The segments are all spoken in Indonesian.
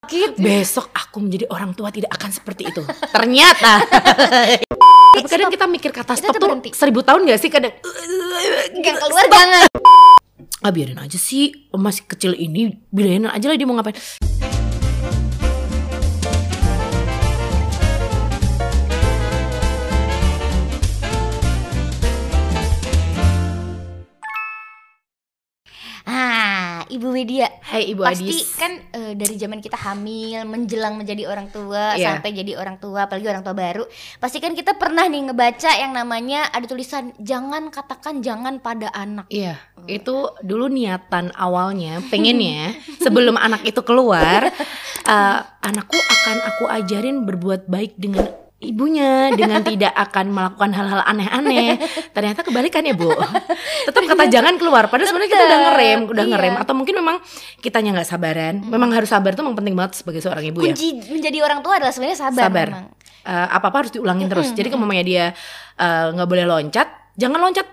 Besok aku menjadi orang tua tidak akan seperti itu. Ternyata. Tapi kadang kita mikir kata stop tuh 1000 tahun gak sih kadang. Yang keluar jangan. Biarin aja sih, masih kecil ini, biarin aja lah dia mau ngapain. Ibu Widya. Hai Ibu Pasti Adis. kan dari zaman kita hamil, menjelang menjadi orang tua, sampai jadi orang tua, apalagi orang tua baru, pasti kan kita pernah nih ngebaca yang namanya ada tulisan jangan katakan jangan pada anak. Iya, itu dulu niatan awalnya, pengennya sebelum anak itu keluar, anakku akan aku ajarin berbuat baik dengan ibunya, dengan tidak akan melakukan hal-hal aneh-aneh. Ternyata kebalikan ya Bu. Tetap kata jangan keluar. Padahal sebenarnya kita udah ngerem. Atau mungkin memang kitanya nggak sabaran. Memang harus sabar itu memang penting banget sebagai seorang ibu ya. Kunci menjadi orang tua adalah sebenarnya sabar. Apa-apa harus diulangin terus. Jadi kalau mamanya dia nggak boleh loncat, jangan loncat.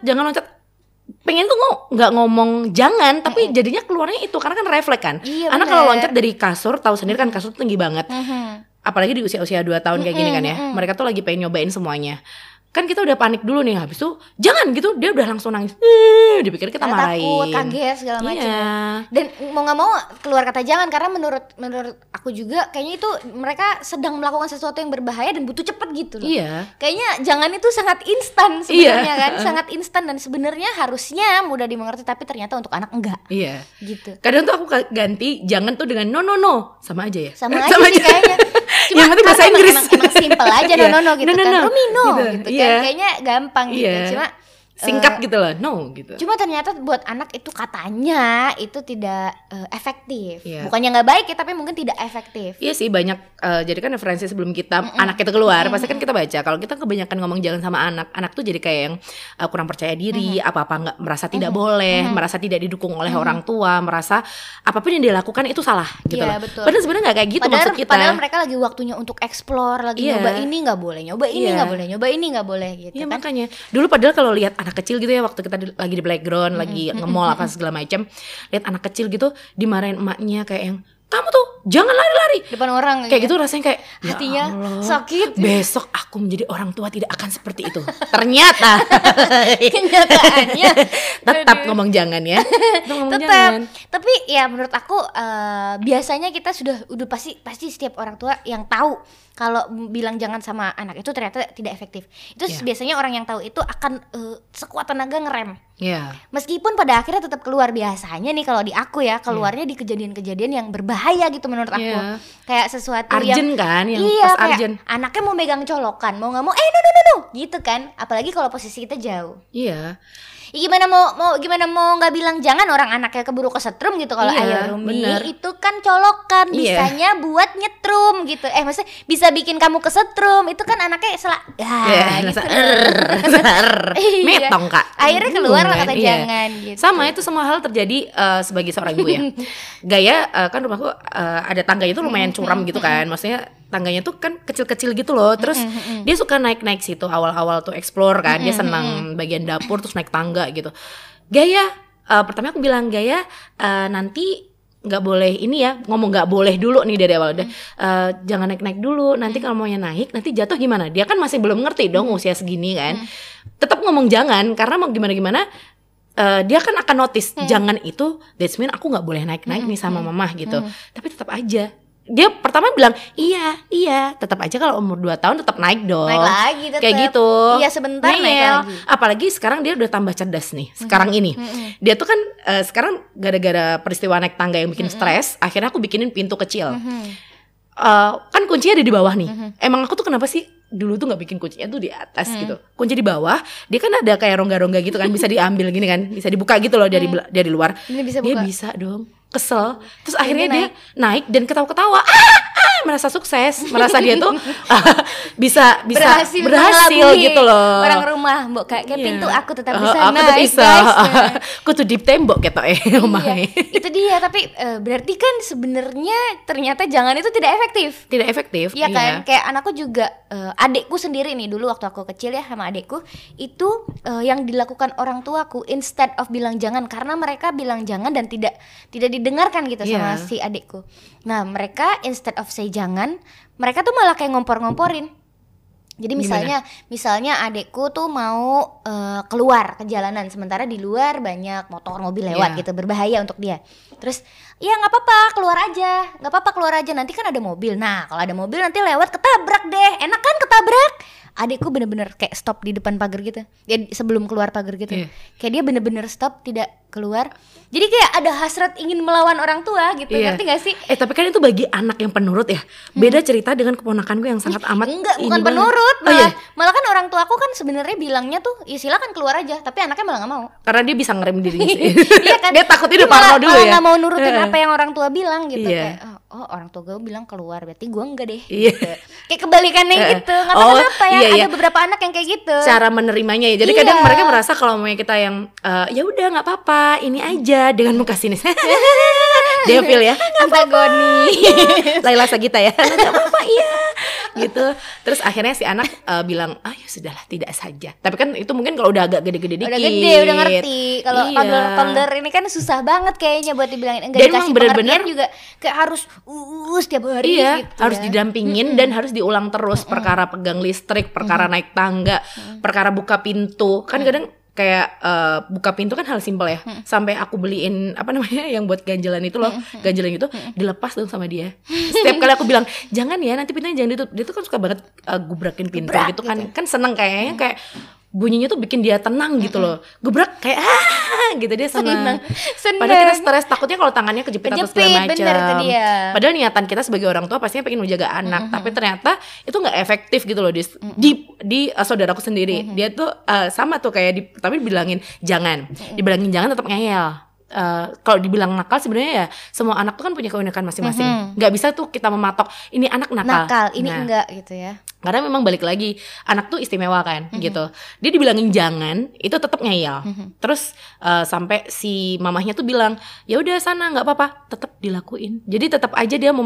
Pengen tuh nggak ngomong jangan, tapi jadinya keluarnya itu karena kan refleks kan. Iya, anak kalau loncat dari kasur, tahu sendiri kan kasur tinggi banget. Apalagi di usia-usia 2 tahun kayak gini kan ya. Mereka tuh lagi pengen nyobain semuanya. Kan kita udah panik dulu nih, habis itu jangan gitu, dia udah langsung nangis. Dipikir kita marahin. Takut, kaget segala macam. Iya. Dan mau nggak mau keluar kata jangan karena menurut aku juga kayaknya itu mereka sedang melakukan sesuatu yang berbahaya dan butuh cepet gitu loh. Iya. Kayaknya jangan itu sangat instan sebenarnya kan, sangat instan dan sebenarnya harusnya mudah dimengerti tapi ternyata untuk anak enggak. Iya. Gitu. Kadang tuh aku ganti jangan tuh dengan no, sama aja ya. Sama aja sih kayaknya. Cuma yang penting bahasa Inggris. Emang simple aja no gitu kan. Romino gitu iya. kan. Kayaknya gampang gitu. Cuma singkat gitu loh, no gitu. Cuma ternyata buat anak itu katanya itu tidak efektif. Iya. Bukannya nggak baik ya, tapi mungkin tidak efektif. Iya sih banyak. Jadi kan referensi sebelum kita anak itu keluar, pasti kan kita baca. Kalau kita kebanyakan ngomong jangan sama anak tuh jadi kayak yang kurang percaya diri, apa-apa nggak merasa tidak boleh, merasa tidak didukung oleh orang tua, merasa apapun yang dia lakukan itu salah gitu Iya, loh. betul. Padahal sebenarnya nggak kayak gitu maksud kita. Padahal mereka lagi waktunya untuk explore, lagi nyoba ini nggak boleh, nyoba ini nggak boleh, nyoba ini nggak boleh gitu. Iya kan. makanya dulu padahal kalau lihat anak kecil gitu ya, waktu kita lagi di playground, lagi nge-mall apa segala macam, lihat anak kecil gitu dimarahin emaknya kayak yang kamu tuh jangan lari-lari depan orang kayak gitu, rasanya kayak hatinya ya Allah, sakit. Besok aku menjadi orang tua tidak akan seperti itu. Ternyata kenyataannya tetap ngomong jangan ya. Tetap. Tapi ya menurut aku biasanya kita udah pasti setiap orang tua yang tahu kalau bilang jangan sama anak itu ternyata tidak efektif. Itu biasanya orang yang tahu itu akan sekuat tenaga ngerem. Meskipun pada akhirnya tetap keluar. Biasanya nih kalau di aku ya keluarnya di kejadian-kejadian yang berbahaya gitu menurut aku. Kayak sesuatu Arjen yang kan, yang iya, pas Arjen. Anaknya mau megang colokan, mau nggak mau no gitu kan. Apalagi kalau posisi kita jauh. Iya. Ya gimana mau nggak bilang jangan, orang anaknya keburu kesetrum gitu. Kalau ayo Rumi itu kan colokan, bisanya buat nyetrum gitu. Maksudnya bisa bikin kamu kesetrum, itu kan anaknya gitu. Metong Kak. Akhirnya keluar lah kata jangan gitu. Sama itu semua hal terjadi sebagai seorang ibu ya. Gaya kan rumahku ada tangganya tuh lumayan curam gitu kan. Maksudnya tangganya tuh kan kecil-kecil gitu loh. Terus dia suka naik-naik situ awal-awal tuh explore kan. Dia senang bagian dapur terus naik tangga gitu. Gaya pertama aku bilang Gaya nanti nggak boleh ini ya, ngomong nggak boleh dulu nih dari awal udah jangan naik dulu, nanti kalau maunya naik nanti jatuh gimana. Dia kan masih belum ngerti dong usia segini kan. Tetap ngomong jangan karena mau gimana dia kan akan notice jangan itu that's mean aku nggak boleh naik nih sama mama gitu. Tapi tetap aja dia pertama bilang iya tetap aja kalau umur 2 tahun tetap naik dong. Naik lagi tetap. Kayak gitu. Iya sebentar naik lagi. Apalagi sekarang dia udah tambah cerdas nih. Sekarang ini. Dia tuh kan sekarang gara-gara peristiwa naik tangga yang bikin stres, akhirnya aku bikinin pintu kecil. Kan kuncinya ada di bawah nih. Emang aku tuh kenapa sih dulu tuh nggak bikin kuncinya tuh di atas gitu. Kunci di bawah, dia kan ada kayak rongga-rongga gitu kan, bisa diambil gini kan, bisa dibuka gitu loh dari luar. Ini bisa dia buka. bisa dong. Kesel. Terus akhirnya dia naik dan ketawa-ketawa. Merasa sukses, merasa dia tuh bisa berhasil gitu loh. Orang rumah, Mbok kayak pintu aku tetap bisa aku naik, bisa. guys. Aku tuh di tembok ketok Iya, itu dia. Tapi berarti kan sebenarnya ternyata jangan itu tidak efektif. Tidak efektif. Iya kan? Kayak anakku juga, adekku sendiri nih dulu waktu aku kecil ya sama adekku itu yang dilakukan orang tuaku instead of bilang jangan, karena mereka bilang jangan dan tidak didengarkan gitu sama si adikku. Nah mereka instead of say jangan, mereka tuh malah kayak ngompor-ngomporin. Jadi misalnya adekku tuh mau keluar ke jalanan, sementara di luar banyak motor mobil lewat gitu, berbahaya untuk dia. Terus ya nggak apa-apa keluar aja, nanti kan ada mobil. Nah kalau ada mobil nanti lewat ketabrak deh, enak kan ketabrak. Adekku bener-bener kayak stop di depan pagar gitu, ya sebelum keluar pagar gitu, kayak dia bener-bener stop tidak keluar. Jadi kayak ada hasrat ingin melawan orang tua gitu, ngerti gak sih? Tapi kan itu bagi anak yang penurut ya. Beda cerita dengan keponakanku yang sangat amat bukan penurut, malah kan orang tua aku kan sebenarnya bilangnya tuh, ya silakan keluar aja, tapi anaknya malah nggak mau. Karena dia bisa ngerem dirinya sih. Iya kan? Dia takutnya udah parno dulu ya. Nggak mau nurutin apa yang orang tua bilang gitu, kayak orang tua gue bilang keluar, berarti gue enggak deh. Gitu. Kayak kebalikannya gitu. Nggak tahu kenapa ya. Ada beberapa anak yang kayak gitu. Cara menerimanya ya. Jadi kadang mereka merasa kalau mau kita yang ya udah nggak apa-apa, ini aja dengan muka sinis. Dia feel ya antagoni. Laila Sagita ya. Nggak apa-apa iya. Gitu. Terus akhirnya si anak bilang, ya sudahlah, tidak saja. Tapi kan itu mungkin kalau udah agak gede-gede dikit. Udah gede, udah ngerti. Kalau toddler ini kan susah banget kayaknya buat dibilangin. Enggak dikasih pengertian juga kayak harus setiap hari gitu. Harus didampingin dan harus diulang terus. Perkara pegang listrik, perkara naik tangga, perkara buka pintu. Kan kadang kayak buka pintu kan hal simpel ya. Sampai aku beliin apa namanya yang buat ganjelan itu loh, ganjelan itu dilepas dong sama dia. Setiap kali aku bilang jangan ya, nanti pintunya jangan ditutup. Dia tuh kan suka banget gubrakin pintu gitu kan. Kan seneng kayaknya kayak bunyinya tuh bikin dia tenang gitu loh. Gebrak kayak gitu, dia senang. Padahal kita stres, takutnya kalau tangannya kejepit atau segala macam. Padahal niatan kita sebagai orang tua pastinya pengen menjaga anak, tapi ternyata itu nggak efektif gitu loh di saudaraku sendiri. Dia tuh sama tuh kayak tapi dibilangin jangan, tetap ngeyel. Kalau dibilang nakal sebenarnya ya semua anak tuh kan punya keunikan masing-masing. Nggak bisa tuh kita mematok ini anak nakal ini enggak gitu ya. Karena memang balik lagi anak tuh istimewa kan gitu. Dia dibilangin jangan itu tetap ngeyel. Terus sampai si mamahnya tuh bilang ya udah sana nggak apa-apa, tetap dilakuin. Jadi tetap aja dia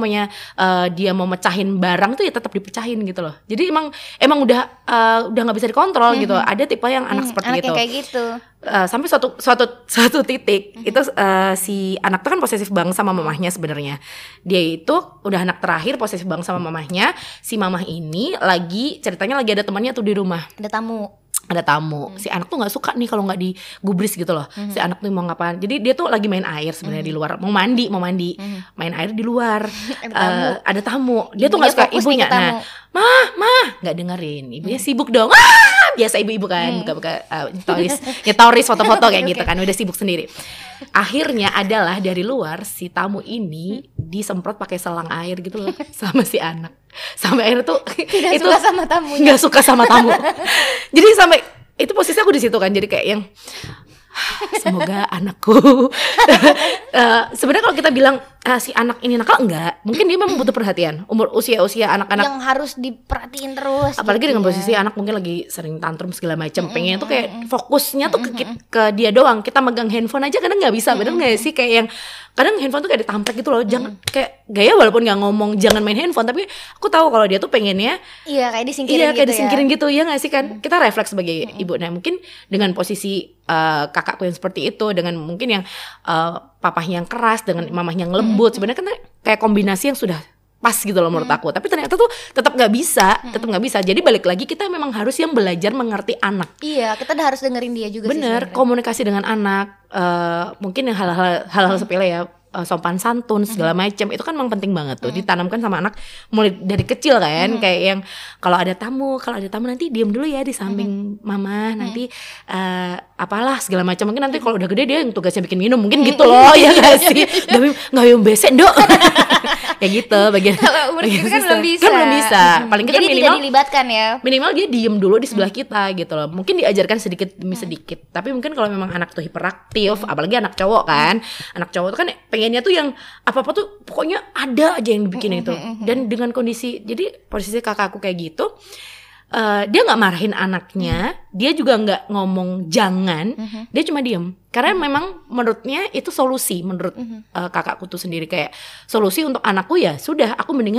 dia mau mecahin barang tuh ya tetap dipecahin gitu loh. Jadi emang udah nggak bisa dikontrol gitu. Ada tipe yang anak seperti itu. Anak kayak gitu. Sampai suatu titik itu si anak tuh kan posesif banget sama mamahnya sebenarnya. Dia itu udah anak terakhir posesif banget sama mamahnya. Si mamah ini ceritanya lagi ada temannya tuh di rumah. Ada tamu. Si anak tuh nggak suka nih kalau nggak digubris gitu loh. Si anak tuh mau ngapain? Jadi dia tuh lagi main air sebenarnya di luar. Mau mandi. Main air di luar. Ada tamu. Dia tuh nggak suka ibunya. Nah, mah nggak dengerin. Ibunya sibuk dong. Biasa ibu-ibu kan buka stories foto-foto kayak gitu kan, udah sibuk sendiri. Akhirnya adalah dari luar si tamu ini disemprot pakai selang air gitu loh sama si anak. Sampai akhirnya tuh suka sama tamunya. Nggak suka sama tamu. Jadi sampai itu posisi aku di situ kan, jadi kayak yang semoga anakku sebenarnya kalau kita bilang si anak ini nakal, enggak, mungkin dia memang butuh perhatian. Usia anak-anak yang harus diperhatiin terus, apalagi gitu dengan posisi anak mungkin lagi sering tantrum segala macam, pengen tuh kayak fokusnya tuh ke dia doang. Kita megang handphone aja kadang nggak bisa, bener nggak sih? Kayak yang kadang handphone tuh kayak ditampek gitu loh. Jangan kayak gaya walaupun nggak ngomong jangan main handphone, tapi aku tahu kalau dia tuh pengennya kayak disingkirin gitu ya nggak sih kan? Kita refleks sebagai ibu. Nah mungkin dengan posisi kakakku yang seperti itu, dengan mungkin yang papahnya yang keras, dengan mamahnya yang lembut, sebenarnya kan kayak kombinasi yang sudah pas gitu loh menurut aku. Tapi ternyata tuh tetap nggak bisa. Jadi balik lagi kita memang harus yang belajar mengerti anak. Iya, kita harus dengerin dia juga. Bener, komunikasi dengan anak, mungkin yang hal-hal sepele ya, sopan santun segala macam itu kan memang penting banget tuh ditanamkan sama anak mulai dari kecil kan. Kayak yang kalau ada tamu nanti diam dulu ya di samping mama, nanti apalah segala macam. Mungkin nanti kalau udah gede dia yang tugasnya bikin minum mungkin gitu loh. Ya nggak sih, nggak minum besek dok. Kayak gitu bagian. Kalau umur gitu kan belum bisa. Paling kita jadi tidak dilibatkan ya. Minimal dia diem dulu di sebelah kita gitu loh. Mungkin diajarkan sedikit demi sedikit. Tapi mungkin kalau memang anak tuh hiperaktif, apalagi anak cowok kan. Anak cowok tuh kan pengennya tuh yang apa-apa tuh pokoknya ada aja yang dibikin itu. Dan dengan posisi kakakku kayak gitu, dia nggak marahin anaknya, dia juga nggak ngomong jangan, dia cuma diem. Karena memang menurutnya itu solusi, menurut kakakku tuh sendiri kayak solusi untuk anakku ya sudah, aku mendingan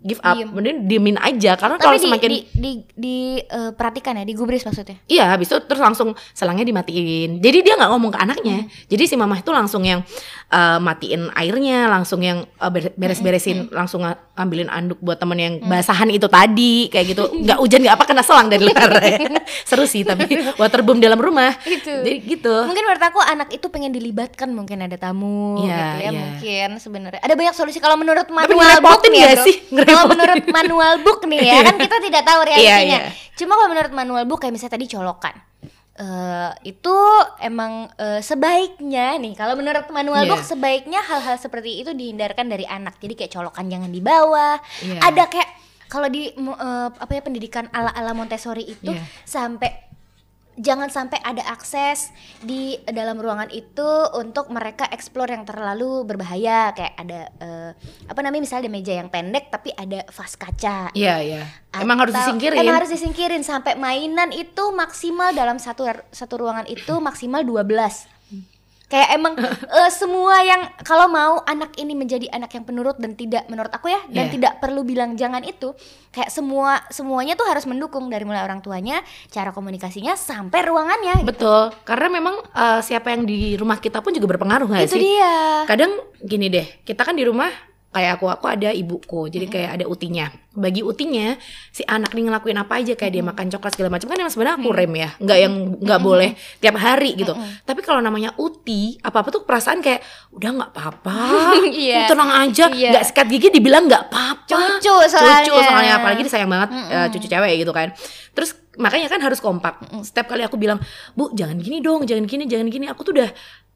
give up, mending diemin aja karena kalau semakin perhatikan ya, digubris maksudnya. Iya, habis itu terus langsung selangnya dimatiin. Jadi dia nggak ngomong ke anaknya. Jadi si mama itu langsung yang matiin airnya, langsung yang beres-beresin, langsung ambilin anduk buat temen yang basahan itu tadi kayak gitu. Nggak hujan nggak apa kena selang dari luar. Seru sih tapi waterboom dalam rumah. Jadi gitu. Mungkin menurut aku anak itu pengen dilibatkan, mungkin ada tamu gitu ya. Mungkin sebenarnya ada banyak solusi kalau menurut manual book nih ya, bro. Kalau menurut manual book nih ya, kan kita tidak tahu realitinya. Cuma kalau menurut manual book kayak misalnya tadi colokan, itu emang sebaiknya nih kalau menurut manual book sebaiknya hal-hal seperti itu dihindarkan dari anak. Jadi kayak colokan jangan dibawa. Ada kayak kalau di pendidikan ala-ala Montessori itu sampai jangan sampai ada akses di dalam ruangan itu untuk mereka explore yang terlalu berbahaya, kayak ada misalnya ada meja yang pendek tapi ada vas kaca. Iya. Emang harus disingkirin sampai mainan itu maksimal dalam satu ruangan itu maksimal 12. Kayak emang semua yang kalau mau anak ini menjadi anak yang penurut dan tidak, menurut aku ya, dan tidak perlu bilang jangan itu, kayak semuanya tuh harus mendukung dari mulai orang tuanya, cara komunikasinya sampai ruangannya. Betul, gitu. Karena memang siapa yang di rumah kita pun juga berpengaruh nggak sih? Itu dia. Kadang gini deh, kita kan di rumah kayak aku ada ibuku, jadi kayak ada utinya. Bagi utinya, si anak nih ngelakuin apa aja, kayak dia makan coklat segala macam kan, emang sebenarnya aku rem ya, nggak boleh tiap hari gitu. Tapi kalau namanya uti, apa tuh perasaan kayak udah nggak apa-apa, tenang aja, nggak sikat gigi dibilang nggak apa-apa. Cucu soalnya apalagi disayang banget cucu cewek gitu kan. Terus makanya kan harus kompak. Setiap kali aku bilang, Bu jangan gini dong, jangan gini, aku tuh udah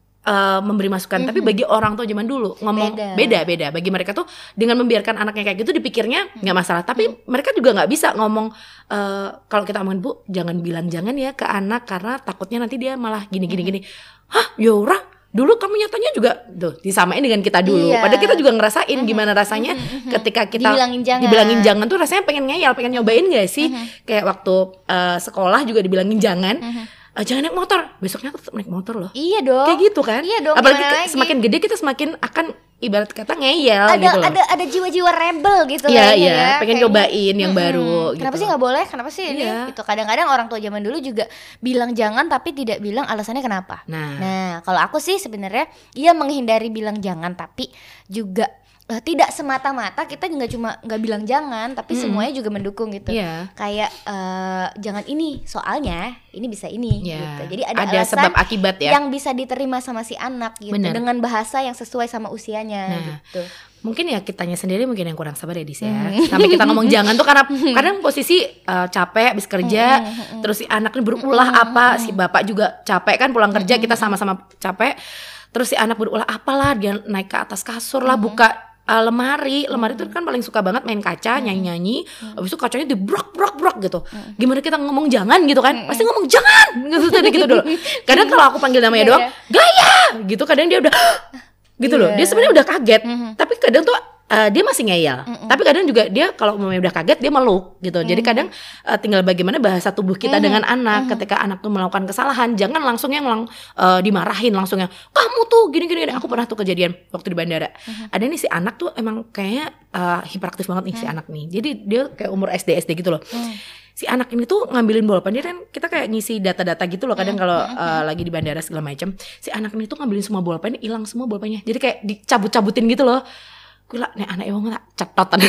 memberi masukan. Tapi bagi orang tua zaman dulu ngomong beda. Bagi mereka tuh dengan membiarkan anaknya kayak gitu dipikirnya nggak masalah. Tapi mereka juga nggak bisa ngomong kalau kita omongin, Bu jangan bilang jangan ya ke anak karena takutnya nanti dia malah gini. Hah, Yora, dulu kamu nyatanya juga tuh disamain dengan kita dulu. Padahal kita juga ngerasain gimana rasanya ketika kita dibilangin jangan tuh rasanya pengen ngeyel, pengen nyobain gak sih? Kayak waktu sekolah juga dibilangin jangan. Jangan naik motor, besoknya aku tetap naik motor loh. Iya dong. Kayak gitu kan. Iya dong. Apalagi semakin gede kita semakin akan ibarat kata ngeyel gitu loh. Ada jiwa-jiwa rebel gitu. Iya. Pengen cobain yang baru. Kenapa gitu. sih nggak boleh? Kenapa sih ini? Gitu. Kadang-kadang orang tua zaman dulu juga bilang jangan tapi tidak bilang alasannya kenapa. Nah, kalau aku sih sebenarnya menghindari bilang jangan, tapi juga tidak semata-mata kita nggak bilang jangan, tapi semuanya juga mendukung gitu. Kayak jangan ini soalnya ini bisa ini gitu. Jadi ada alasan sebab akibat ya yang bisa diterima sama si anak gitu. Bener. Dengan bahasa yang sesuai sama usianya gitu. Mungkin ya kitanya sendiri mungkin yang kurang sabar ya Dis ya. Sampai kita ngomong jangan tuh karena kadang posisi capek habis kerja, terus si anaknya berulah si bapak juga capek kan pulang kerja, kita sama-sama capek. Terus si anak berulah apalah, dia naik ke atas kasur lah, buka lemari itu kan paling suka banget main kaca, nyanyi-nyanyi. Habis itu kacanya dibrok gitu. Gimana kita ngomong jangan gitu kan? Pasti ngomong jangan gitu dulu. Kadang kalau aku panggil namanya doang, Gaya gitu, kadang dia udah gitu loh. Dia sebenarnya udah kaget. Tapi kadang tuh dia masih ngeyel. Tapi kadang juga dia kalau udah kaget dia meluk gitu. Jadi kadang tinggal bagaimana bahasa tubuh kita dengan anak ketika anak tuh melakukan kesalahan. Jangan langsung yang dimarahin, langsung yang kamu tuh gini. Aku pernah tuh kejadian waktu di bandara. Ada nih si anak tuh emang kayaknya hiperaktif banget nih si anak nih. Jadi dia kayak umur SD gitu loh. Si anak ini tuh ngambilin bolpen, dia kan kita kayak ngisi data-data gitu loh kadang kalau lagi di bandara segala macam. Si anak ini tuh ngambilin semua bolpen, hilang semua bolpennya. Jadi kayak dicabut-cabutin gitu loh. Gila, nih anak emang gak cetotan.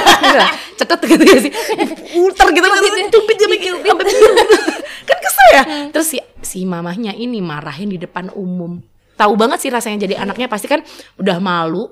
Cetot gitu ya sih. Puter gitu loh, cubit dia mikir kan kesel ya. Terus si mamahnya ini marahin di depan umum. Tahu banget sih rasanya jadi anaknya, pasti kan udah malu,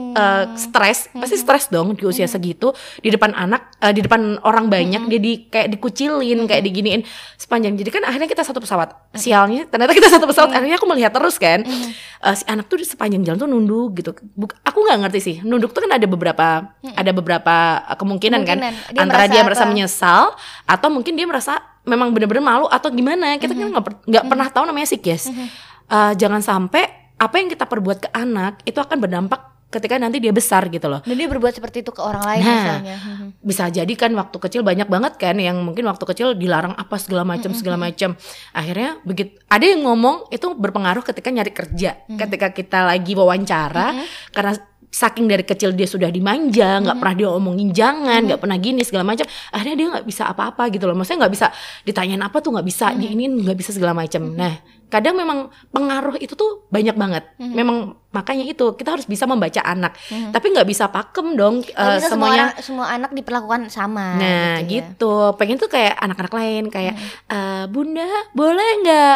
stres, pasti stres dong di usia segitu, di depan anak, di depan orang banyak, dia kayak dikucilin, kayak diginiin sepanjang. Jadi kan akhirnya kita satu pesawat. Sialnya ternyata kita satu pesawat, akhirnya aku melihat terus kan. Si anak tuh di sepanjang jalan tuh nunduk gitu. Aku nggak ngerti sih, nunduk tuh kan ada beberapa kemungkinan kan. Antara dia merasa menyesal atau mungkin dia merasa memang benar-benar malu atau gimana. Kita kan nggak pernah tahu namanya psikis. Jangan sampai apa yang kita perbuat ke anak itu akan berdampak ketika nanti dia besar gitu loh. Dan dia berbuat seperti itu ke orang lain misalnya. Bisa jadi kan waktu kecil banyak banget kan yang mungkin waktu kecil dilarang apa segala macam. Akhirnya begitu ada yang ngomong itu berpengaruh ketika nyari kerja. Ketika kita lagi wawancara karena saking dari kecil dia sudah dimanja, nggak pernah dia omongin jangan, nggak pernah gini segala macam, akhirnya dia nggak bisa apa-apa gitu loh. Maksudnya nggak bisa ditanyain apa tuh, nggak bisa diinin, nggak bisa segala macam. Nah, kadang memang pengaruh itu tuh banyak banget. Memang makanya itu kita harus bisa membaca anak, tapi nggak bisa pakem dong semuanya. Semua anak diperlakukan sama. Nah gitu. Pengen tuh kayak anak-anak lain kayak Bunda boleh nggak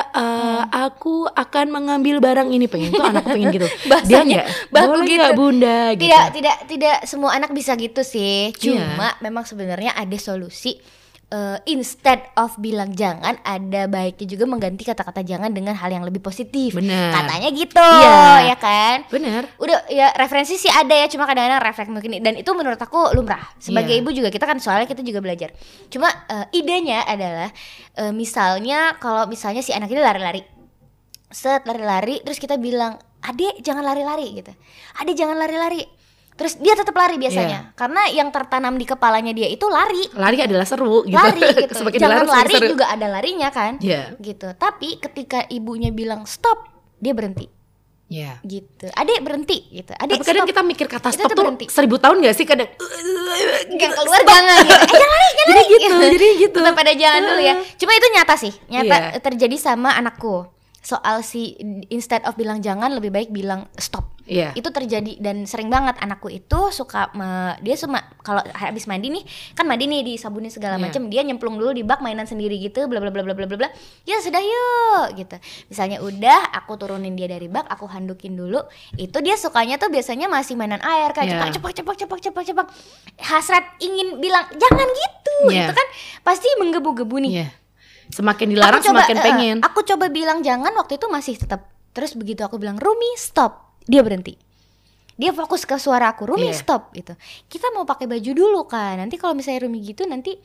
aku akan mengambil barang ini, pengen tuh anak pengen gitu. Dia nggak boleh gitu. Nggak Bunda gitu. Tidak semua anak bisa gitu sih. Cuma memang sebenarnya ada solusi. Instead of bilang jangan, ada baiknya juga mengganti kata-kata jangan dengan hal yang lebih positif. Bener. Katanya gitu, ya kan? Bener. Udah ya, referensi sih ada ya, cuma kadang-kadang refleks mungkin. Dan itu menurut aku lumrah. Sebagai ibu juga kita kan soalnya kita juga belajar. Cuma idenya adalah misalnya kalau misalnya si anak ini lari-lari, lari-lari, terus kita bilang, "Adek jangan lari-lari," gitu. "Adek jangan lari-lari." Terus dia tetap lari biasanya, karena yang tertanam di kepalanya dia itu lari. Lari adalah seru gitu. Lari gitu. Jangan lari seru. juga ada larinya kan, gitu. Tapi ketika ibunya bilang stop, dia berhenti. Gitu. Adek berhenti gitu. Adek tapi kadang stop. Kita mikir kata stop tuh berhenti. 1000 tahun gak sih kadang. Yang keluar jangan gitu. Jangan lari. Jadi gitu. Tetap pada jangan dulu ya. Cuma itu nyata sih, terjadi sama anakku. Soal si instead of bilang jangan lebih baik bilang stop. Itu terjadi dan sering banget. Anakku itu suka dia cuma kalau habis mandi nih, kan mandi nih disabunin segala macam, dia nyemplung dulu di bak mainan sendiri gitu, bla bla bla bla bla bla. Ya sudah yuk gitu. Misalnya udah aku turunin dia dari bak, aku handukin dulu. Itu dia sukanya tuh biasanya masih mainan air kan, cepak. Hasrat ingin bilang jangan gitu. Itu kan pasti menggebu-gebu nih. Semakin dilarang semakin pengen. Aku coba bilang jangan, waktu itu masih tetap. Terus begitu aku bilang Rumi stop, dia berhenti. Dia fokus ke suara aku, Rumi stop gitu. Kita mau pakai baju dulu kan. Nanti kalau misalnya Rumi gitu nanti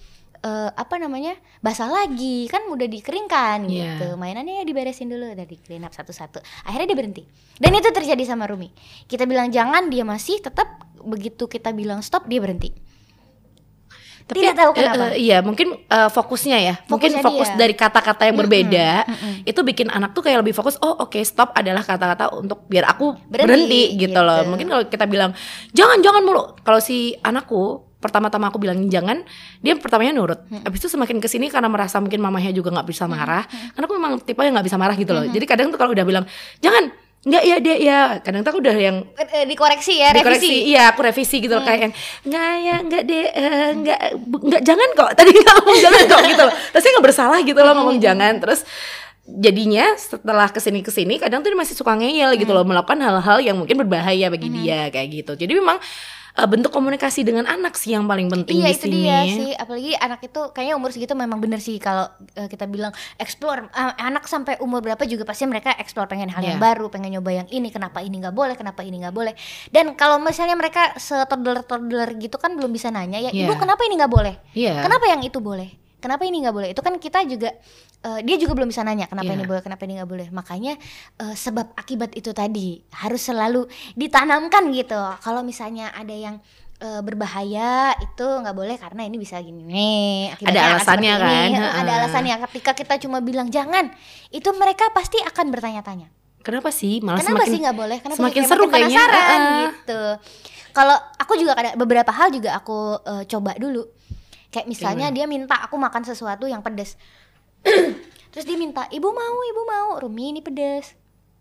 basah lagi kan, udah dikeringkan gitu. Mainannya diberesin dulu, udah di clean up satu-satu. Akhirnya dia berhenti. Dan itu terjadi sama Rumi. Kita bilang jangan, dia masih tetap. Begitu kita bilang stop, dia berhenti. Tapi, tidak tahu kenapa. Mungkin fokusnya ya. Mungkin fokus dari kata-kata yang berbeda itu bikin anak tuh kayak lebih fokus. Oh oke, stop adalah kata-kata untuk biar aku berhenti gitu loh. Mungkin kalau kita bilang jangan mulu, kalau si anakku pertama-tama aku bilang jangan, dia pertamanya nurut. Habis itu semakin kesini karena merasa mungkin mamanya juga nggak bisa marah. Karena aku memang tipe yang nggak bisa marah gitu loh. Jadi kadang tuh kalau udah bilang jangan, enggak ya dek ya, kadang tuh aku udah yang dikoreksi ya, revisi. Iya aku revisi gitu loh, kayak yang enggak dek, enggak jangan kok, tadi nggak ngomong jangan kok gitu loh. Terus saya nggak bersalah gitu loh ngomong jangan. Terus jadinya setelah kesini kadang tuh dia masih suka ngeyel gitu loh, melakukan hal-hal yang mungkin berbahaya bagi dia kayak gitu. Jadi memang bentuk komunikasi dengan anak sih yang paling penting di sini. Iya itu dia sih, apalagi anak itu kayaknya umur segitu memang bener sih kalau kita bilang explore. Anak sampai umur berapa juga pasti mereka explore, pengen hal yang baru, pengen nyoba yang ini, kenapa ini nggak boleh, kenapa ini nggak boleh. Dan kalau misalnya mereka toddler gitu kan belum bisa nanya ya, ibu kenapa ini nggak boleh, kenapa yang itu boleh, kenapa ini nggak boleh. Itu kan kita juga dia juga belum bisa nanya kenapa ini boleh, kenapa ini nggak boleh. Makanya sebab akibat itu tadi harus selalu ditanamkan gitu. Kalau misalnya ada yang berbahaya itu nggak boleh karena ini bisa gini, ada alasannya kan. Ada alasannya. Ketika kita cuma bilang jangan, itu mereka pasti akan bertanya-tanya. Kenapa sih? Malah kenapa sih nggak boleh? Kenapa semakin seru kayaknya. Penasaran gitu. Kalau aku juga ada beberapa hal juga aku coba dulu. Kayak misalnya dia minta aku makan sesuatu yang pedas. Terus dia minta, ibu mau, Rumi ini pedas.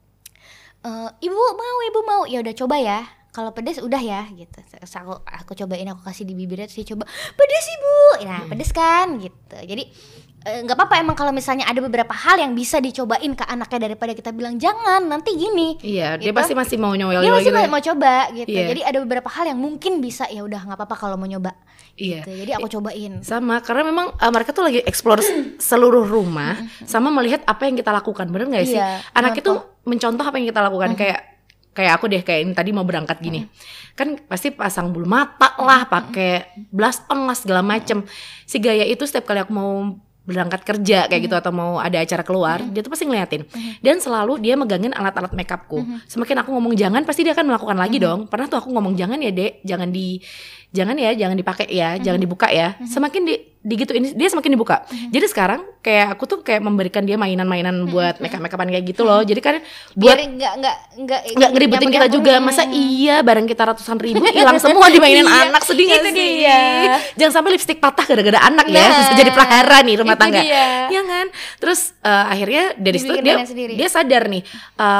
Ibu mau, ya udah coba ya. Kalau pedas udah ya gitu. Terus aku cobain, aku kasih di bibirnya, terus dia coba, pedas ibu. Nah pedas kan gitu. Jadi nggak apa-apa emang kalau misalnya ada beberapa hal yang bisa dicobain ke anaknya daripada kita bilang jangan nanti gini. Iya gitu. Dia pasti masih mau nyoba. Dia masih mau coba gitu. Jadi ada beberapa hal yang mungkin bisa, ya udah nggak apa-apa kalau mau nyoba. Gitu. Jadi aku cobain. Sama karena memang mereka tuh lagi explore seluruh rumah sama melihat apa yang kita lakukan, bener nggak sih? Anak itu mencontoh apa yang kita lakukan. Kayak aku deh, kayak ini tadi mau berangkat gini, kan pasti pasang bulu mata lah, pakai blush on lah segala macem. Si Gaya itu setiap kali aku mau berangkat kerja kayak gitu atau mau ada acara keluar, dia tuh pasti ngeliatin. Dan selalu dia megangin alat-alat makeupku. Semakin aku ngomong jangan, pasti dia akan melakukan lagi dong. Pernah tuh aku ngomong jangan ya dek, jangan di jangan dipakai ya, jangan dibuka ya. Semakin digituin dia semakin dibuka. Jadi sekarang kayak aku tuh kayak memberikan dia mainan-mainan buat make-upan kayak gitu loh. Jadi kan buat nggak ngeributin kita juga. Masa iya barang kita ratusan ribu hilang semua dimainin anak, sedih nggak sih? Jangan sampai lipstik patah gara-gara anak ya, bisa jadi prahara nih rumah tangga. Ya kan? Terus akhirnya dari situ dia sadar nih,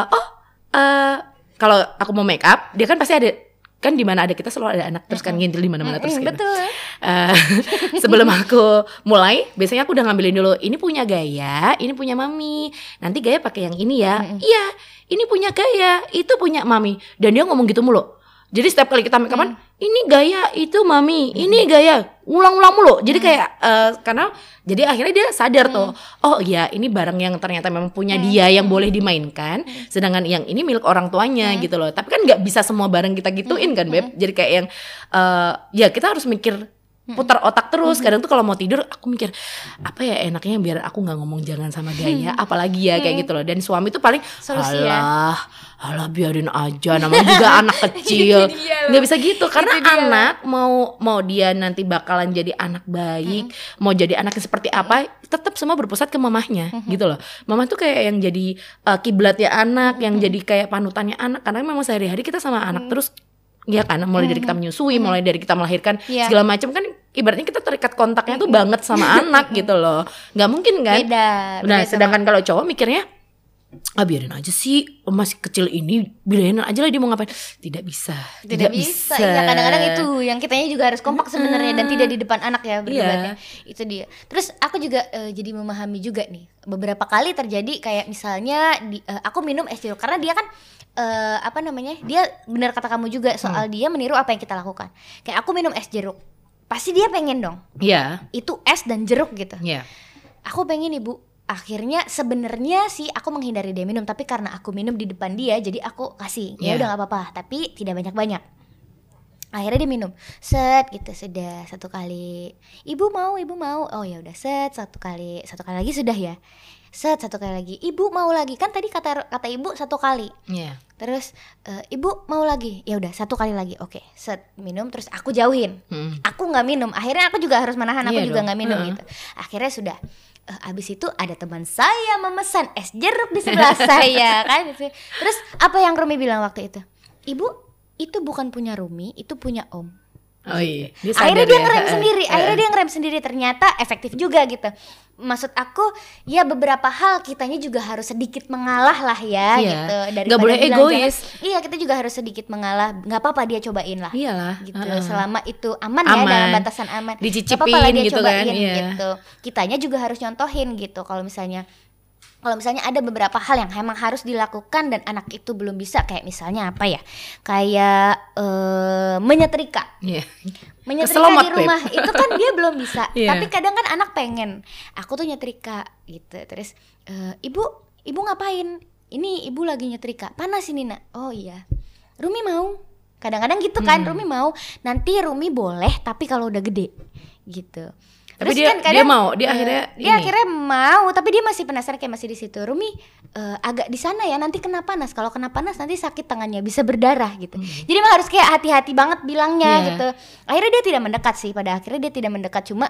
kalau aku mau make up, dia kan pasti ada, kan di mana ada kita selalu ada anak terus kan ngintil di mana-mana terus gitu. Betul. Sebelum aku mulai, biasanya aku udah ngambilin dulu, ini punya Gaya, ini punya Mami. Nanti Gaya pakai yang ini ya. Iya, ini punya Gaya, itu punya Mami. Dan dia ngomong gitu mulu. Jadi setiap kali kita make upan, ini Gaya, itu Mami, ini Gaya, ulang-ulang mulu. Jadi kayak karena jadi akhirnya dia sadar tuh, oh iya ini barang yang ternyata memang punya dia yang boleh dimainkan, sedangkan yang ini milik orang tuanya gitu loh. Tapi kan nggak bisa semua barang kita gituin kan Beb. Jadi kayak yang ya kita harus mikir, putar otak terus. Kadang tuh kalau mau tidur aku mikir apa ya enaknya biar aku nggak ngomong jangan sama Gaya, apalagi ya kayak gitu loh. Dan suami tuh paling alah biarin aja, namanya juga anak kecil, nggak bisa gitu karena anak mau dia nanti bakalan jadi anak baik, mau jadi anak yang seperti apa, tetap semua berpusat ke mamahnya gitu loh. Mama tuh kayak yang jadi kiblat ya anak, yang jadi kayak panutannya anak, karena memang sehari-hari kita sama anak terus. Ya kan, mulai dari kita menyusui, mulai dari kita melahirkan segala macam kan, ibaratnya kita terikat kontaknya tuh banget sama anak gitu loh, nggak mungkin kan? Beda sedangkan kalau cowok mikirnya, biarin aja sih masih kecil ini, biarin aja lah dia mau ngapain. Tidak bisa. Ya, kadang-kadang itu yang kitanya juga harus kompak sebenarnya dan tidak di depan anak ya berdebatnya. Itu dia. Terus aku juga jadi memahami juga nih, beberapa kali terjadi kayak misalnya aku minum es jeruk karena dia kan dia benar kata kamu juga soal dia meniru apa yang kita lakukan. Kayak aku minum es jeruk, pasti dia pengen dong. Iya. Itu es dan jeruk gitu. Iya. Aku pengen Ibu. Akhirnya sebenarnya sih aku menghindari dia minum, tapi karena aku minum di depan dia, jadi aku kasih. Ya udah nggak apa-apa, tapi tidak banyak-banyak. Akhirnya dia minum, set gitu sudah satu kali. Ibu mau, oh ya udah set satu kali lagi sudah ya. Set satu kali lagi, ibu mau lagi kan tadi kata ibu satu kali. Terus ibu mau lagi, ya udah satu kali lagi, oke. Set minum terus aku jauhin, aku nggak minum. Akhirnya aku juga harus menahan, aku juga nggak minum gitu. Akhirnya sudah. Abis itu ada teman saya memesan es jeruk di sebelah saya kan. Terus apa yang Rumi bilang waktu itu? Ibu, itu bukan punya Rumi, itu punya Om. Oh iya. Akhirnya dia ngerem sendiri. Ternyata efektif juga gitu. Maksud aku ya beberapa hal kitanya juga harus sedikit mengalah lah ya gitu. Gak boleh egois. Iya, kita juga harus sedikit mengalah. Gak apa-apa dia cobain lah. Iyalah. Gitu. Selama itu aman ya, dalam batasan aman. Dicicipin gak apa-apa lah dia gitu cobain kan. gitu. Kitanya juga harus nyontohin gitu. Kalau misalnya ada beberapa hal yang emang harus dilakukan dan anak itu belum bisa, kayak misalnya apa ya, kayak menyetrika Keselomat, di rumah Beb. itu kan dia belum bisa. Tapi kadang kan anak pengen, aku tuh nyetrika gitu. Terus ibu ngapain? Ini ibu lagi nyetrika, panas ini nak. Oh iya, Rumi mau. Kadang-kadang gitu kan, Rumi mau. Nanti Rumi boleh, tapi kalau udah gede gitu. Tapi terus dia mau, dia akhirnya mau, tapi dia masih penasaran, kayak masih di situ. Rumi agak di sana ya, nanti kena panas. Kalau kena panas nanti sakit tangannya, bisa berdarah gitu. Jadi emang harus kayak hati-hati banget bilangnya gitu. Akhirnya dia tidak mendekat sih, pada akhirnya dia tidak mendekat. Cuma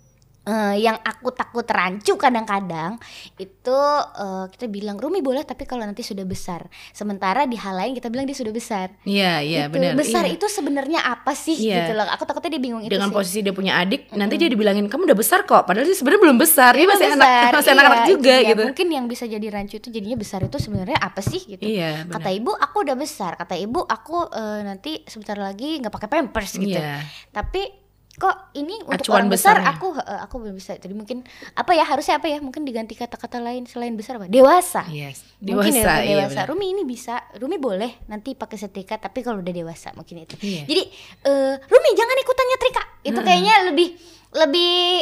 yang aku takut rancu kadang-kadang itu kita bilang Rumi boleh tapi kalau nanti sudah besar. Sementara di hal lain kita bilang dia sudah besar. Iya gitu. benar. Besar itu sebenarnya apa sih gitu loh. Aku takutnya dia bingung itu dengan sih. posisi dia punya adik, nanti dia dibilangin kamu udah besar kok. Padahal dia sebenarnya belum besar. Dia masih anak-anak juga gitu. Mungkin yang bisa jadi rancu itu jadinya besar itu sebenarnya apa sih gitu. Iya, kata ibu aku udah besar. Kata ibu aku nanti sebentar lagi nggak pakai pampers gitu. Tapi kok ini untuk acuan orang besar besarnya. aku belum bisa. Jadi mungkin harusnya mungkin diganti kata-kata lain selain besar apa? Dewasa. Mungkin dewasa. Rumi ini bisa, Rumi boleh nanti pakai setrika tapi kalau udah dewasa mungkin itu. Jadi Rumi jangan ikutan nyetrika. Itu kayaknya lebih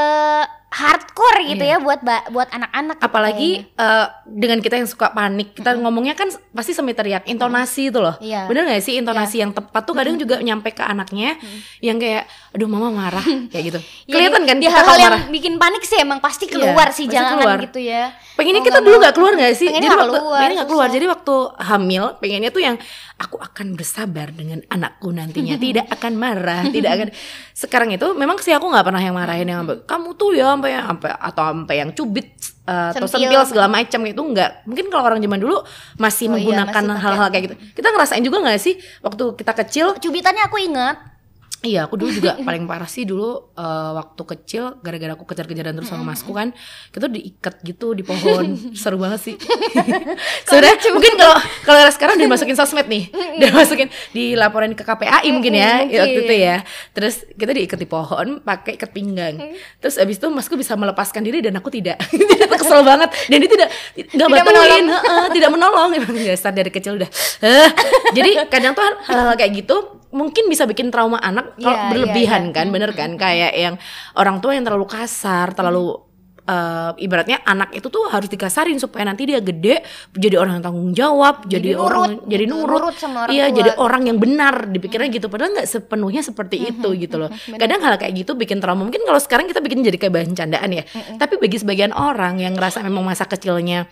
hardcore gitu ya buat anak-anak gitu. Apalagi dengan kita yang suka panik, kita ngomongnya kan pasti semi teriak, intonasi itu loh. Bener gak sih intonasi yang tepat tuh kadang juga nyampe ke anaknya yang kayak aduh mama marah kayak gitu. Kelihatan kan dia hal yang bikin panik sih emang pasti keluar sih, jangan gitu ya. Pengennya kita dulu gak keluar gak sih? Pengennya gak keluar. Jadi waktu hamil pengennya tuh yang aku akan bersabar dengan anakku nantinya, tidak akan marah, tidak akan. Sekarang itu memang sih aku nggak pernah yang marahin yang kamu tuh ya sampai yang cubit atau sentil segala macam gitu, enggak. Mungkin kalau orang zaman dulu masih menggunakan hal-hal kayak gitu. Kita ngerasain juga nggak sih waktu kita kecil? Cubitannya aku ingat. Iya, aku dulu juga paling parah sih dulu waktu kecil, gara-gara aku kejar-kejaran terus sama masku kan, kita diikat gitu di pohon, seru banget sih. Sebenarnya mungkin kalau sekarang udah masukin sosmed nih, udah masukin, dilaporin ke KPAI mungkin ya waktu itu ya. Terus kita diikat di pohon pakai ikat pinggang. Terus abis itu masku bisa melepaskan diri dan aku tidak. Dia kesel banget dan dia nggak bantuin, tidak menolong. Dasar dari kecil udah. Jadi kadang tuh hal-hal kayak gitu mungkin bisa bikin trauma anak kalau berlebihan kan, bener kan? Kayak yang orang tua yang terlalu kasar, terlalu ibaratnya anak itu tuh harus dikasarin supaya nanti dia gede jadi orang yang tanggung jawab, jadi nurut sama orang iya, tua. jadi orang yang benar, dipikirnya gitu. Padahal nggak sepenuhnya seperti itu gitu loh. Kadang hal kayak gitu bikin trauma. Mungkin kalau sekarang kita bikin jadi kayak bahan candaan ya. Tapi bagi sebagian orang yang ngerasa memang masa kecilnya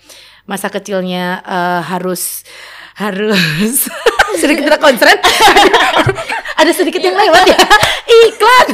harus sedikit tidak konsen. Ada sedikit yang lewat ya, iklan.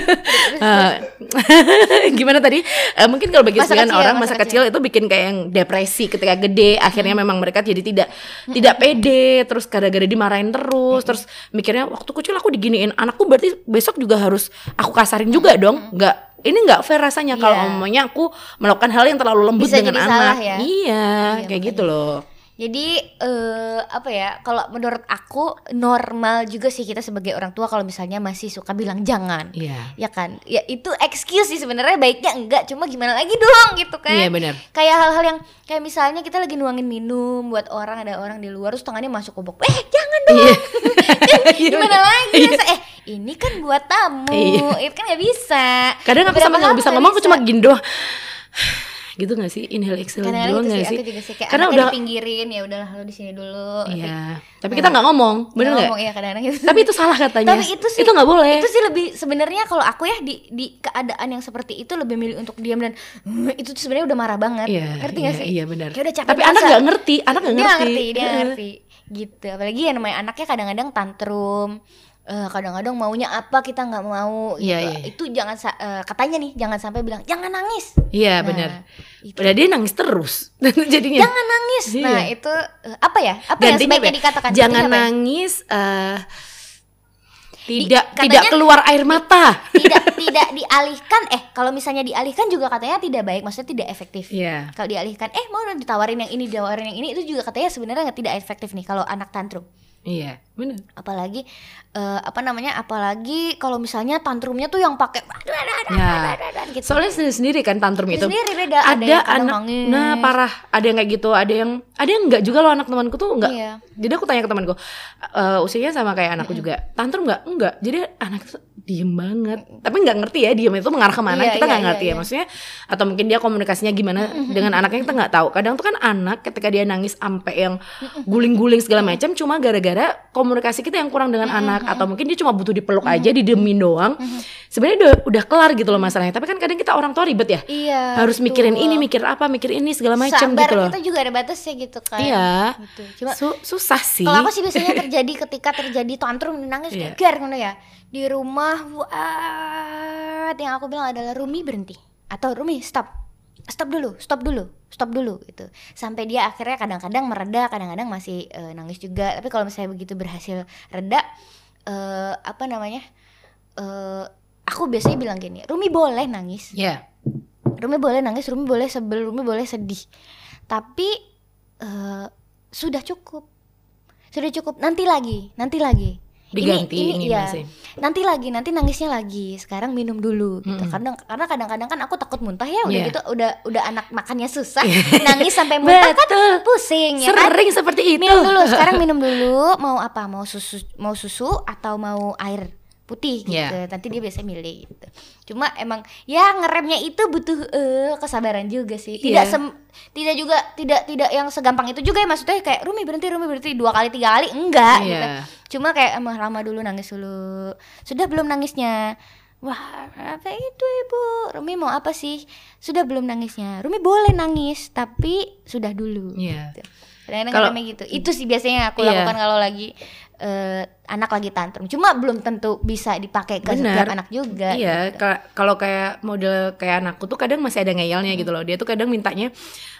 Gimana tadi? Mungkin kalau bagi sebagian orang masa kecil itu bikin kayak yang depresi ketika gede. Akhirnya memang mereka jadi tidak pede. Terus gara-gara dimarahin terus mikirnya waktu kecil aku diginiin, anakku berarti besok juga harus aku kasarin juga dong. Ini nggak fair rasanya kalau omongnya aku melakukan hal yang terlalu lembut bisa dengan anak. Ya? Iya, kayak gitu loh. Jadi kalau menurut aku normal juga sih kita sebagai orang tua kalau misalnya masih suka bilang jangan, ya kan? Ya itu excuse sih sebenarnya, baiknya enggak, cuma gimana lagi dong gitu kan? Iya benar. Kayak hal-hal yang kayak misalnya kita lagi nuangin minum buat ada orang di luar terus tangannya masuk ke bok, jangan dong. Gimana lagi? Ini kan buat tamu, itu kan nggak bisa. Kadang aku sampai nggak bisa ngomong, aku cuma gini doang. Gitu nggak sih, inhale exhale doang nggak sih? Karena udah dipinggirin, ya udahlah lo di sini dulu. Iya. Tapi kita nggak ngomong, bener nggak? Iya kadang-kadang gitu. Tapi itu salah katanya. Tapi itu nggak boleh. Itu sih lebih sebenarnya kalau aku ya di keadaan yang seperti itu lebih milih untuk diam dan itu tuh sebenarnya udah marah banget. Ngerti nggak sih? Iya benar. Kayak udah capek. Tapi anak nggak ngerti, Dia ngerti. Gitu. Apalagi yang namanya anaknya kadang-kadang tantrum. Kadang-kadang maunya apa kita nggak mau gitu. Itu jangan katanya nih jangan sampai bilang jangan nangis. Iya benar. Padahal dia nangis terus jadinya. Jangan nangis. Nah itu apa yang sebaiknya dikatakan? Jangan nangis. Tidak keluar air mata. Tidak dialihkan. Kalau misalnya dialihkan juga katanya tidak baik, maksudnya tidak efektif. Kalau dialihkan, mau ditawarin yang ini, itu juga katanya sebenarnya tidak efektif nih kalau anak tantrum. Iya, benar. Apalagi apalagi kalau misalnya tantrumnya tuh yang pakai gitu. Soalnya sendiri kan tantrum itu. Sendiri beda. Ada yang anak nangis. Nah, parah. Ada yang kayak gitu, ada yang enggak juga loh anak temanku tuh enggak. Jadi aku tanya ke temanku, usianya sama kayak anakku juga. Tantrum enggak. Jadi anak itu diem banget. Tapi enggak ngerti ya diem itu mengarah kemana, kita enggak ngerti ya. Maksudnya atau mungkin dia komunikasinya gimana dengan anaknya kita enggak tahu. Kadang tuh kan anak ketika dia nangis sampai yang guling-guling segala macam cuma gara-gara komunikasi kita yang kurang dengan anak, atau mungkin dia cuma butuh dipeluk aja, didiemin doang. Sebenarnya udah kelar gitu loh masalahnya. Tapi kan kadang kita orang tua ribet ya. Harus mikirin ini, mikir ini segala macam gitu loh. Sabar kita juga ada batasnya gitu kan. Iya. Gitu. Cuma susah sih. Kalau aku sih biasanya ketika terjadi tantrum nangis geger ngono ya. Di rumah yang aku bilang adalah Rumi berhenti atau Rumi stop dulu gitu. Sampai dia akhirnya kadang-kadang mereda, kadang-kadang masih nangis juga. Tapi kalau misalnya begitu berhasil reda, aku biasanya bilang gini, Rumi boleh nangis. Rumi boleh nangis, Rumi boleh sebel, Rumi boleh sedih. Tapi sudah cukup. Nanti lagi. Diganti ini masih. Nanti nangisnya lagi. Sekarang minum dulu gitu. Karena kadang-kadang kan aku takut muntah ya, udah gitu udah anak makannya susah. Nangis sampai muntah kan pusing ya kan. Sering seperti itu. Sekarang minum dulu. Mau apa? Mau susu atau mau air putih gitu. Nanti dia biasa milih gitu. Cuma emang ya ngeremnya itu butuh kesabaran juga sih. Tidak yang segampang itu juga ya, maksudnya kayak Rumi berhenti 2 kali 3 kali enggak gitu. Cuma kayak lama dulu nangis dulu. Sudah belum nangisnya? Wah, apa itu Ibu? Rumi mau apa sih? Sudah belum nangisnya? Rumi boleh nangis tapi sudah dulu gitu. Kadang-kadang gitu. Itu sih biasanya yang aku lakukan kalau lagi anak lagi tantrum. Cuma belum tentu bisa dipakai ke setiap anak juga. Iya, gitu. Kalau kayak model kayak anakku tuh kadang masih ada ngeyelnya gitu loh. Dia tuh kadang mintanya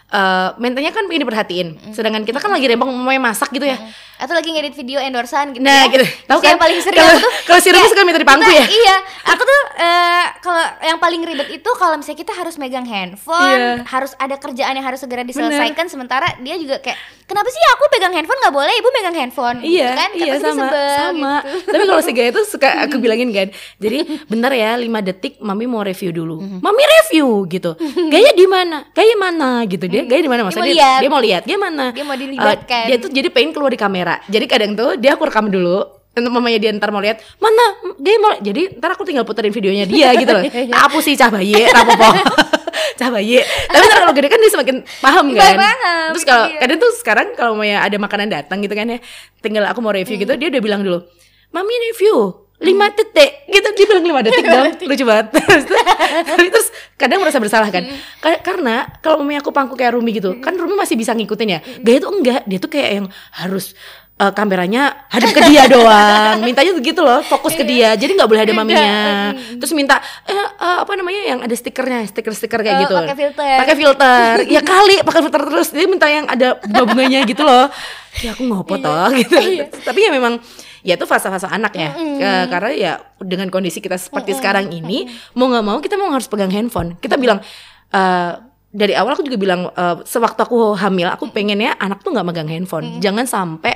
kan pengen diperhatiin. Sedangkan kita kan lagi rempong mau masak gitu ya. Atau lagi ngedit video endorsean gitu. Nah, gitu. Tahu kan? Yang paling sering aku tuh kalau si Rumi suka minta dipangku ya. Iya, aku tuh kalau yang paling ribet itu kalau misalnya kita harus megang handphone, harus ada kerjaan yang harus segera diselesaikan. Sementara dia juga kayak, kenapa sih aku pegang handphone nggak boleh, ibu megang handphone? Iya, kan? Iya sama. Gitu. Tapi kalau si Gaya tuh suka aku bilangin kan, jadi bentar ya 5 detik mami mau review dulu. Mami review gitu. Gaya di mana? Gaya mana gitu dia. Gaya di mana maksudnya? Dia mau lihat. Dia mana? Dia mau dilibatkan. Dia tuh jadi pengen keluar di kamera. Jadi kadang tuh dia aku rekam dulu untuk mamanya dia ntar mau lihat mana Gaya mau. Jadi ntar aku tinggal puterin videonya dia gitu loh. Apa sih cah bayi rapopo. Cah bayi. Tapi ntar kalau gede kan dia semakin paham kan. Terus kalau kadang tuh sekarang kalau mau ada makanan datang gitu kan ya, tinggal aku mau review gitu, dia udah bilang dulu, mami review 5 detik gitu, dia bilang 5 detik dong. Lucu banget. Tapi terus kadang merasa bersalah kan, karena kalau mami aku pangku kayak Rumi gitu kan, Rumi masih bisa ngikutin ya. Gaya tuh enggak, dia tuh kayak yang harus kameranya hadap ke dia doang, mintanya tuh gitu loh, fokus ke dia, jadi nggak boleh ada maminya. Terus minta apa namanya yang ada stiker kayak gitu, pakai filter, ya kali pakai filter terus, dia minta yang ada bunga-bunganya gitu loh. Ya aku ngopo toh gitu. Tapi ya memang ya itu fase-fase anak ya, karena ya dengan kondisi kita seperti sekarang ini, mau nggak mau kita mau harus pegang handphone. Kita bilang dari awal aku juga bilang sewaktu aku hamil aku pengennya anak tuh nggak megang handphone. Jangan sampai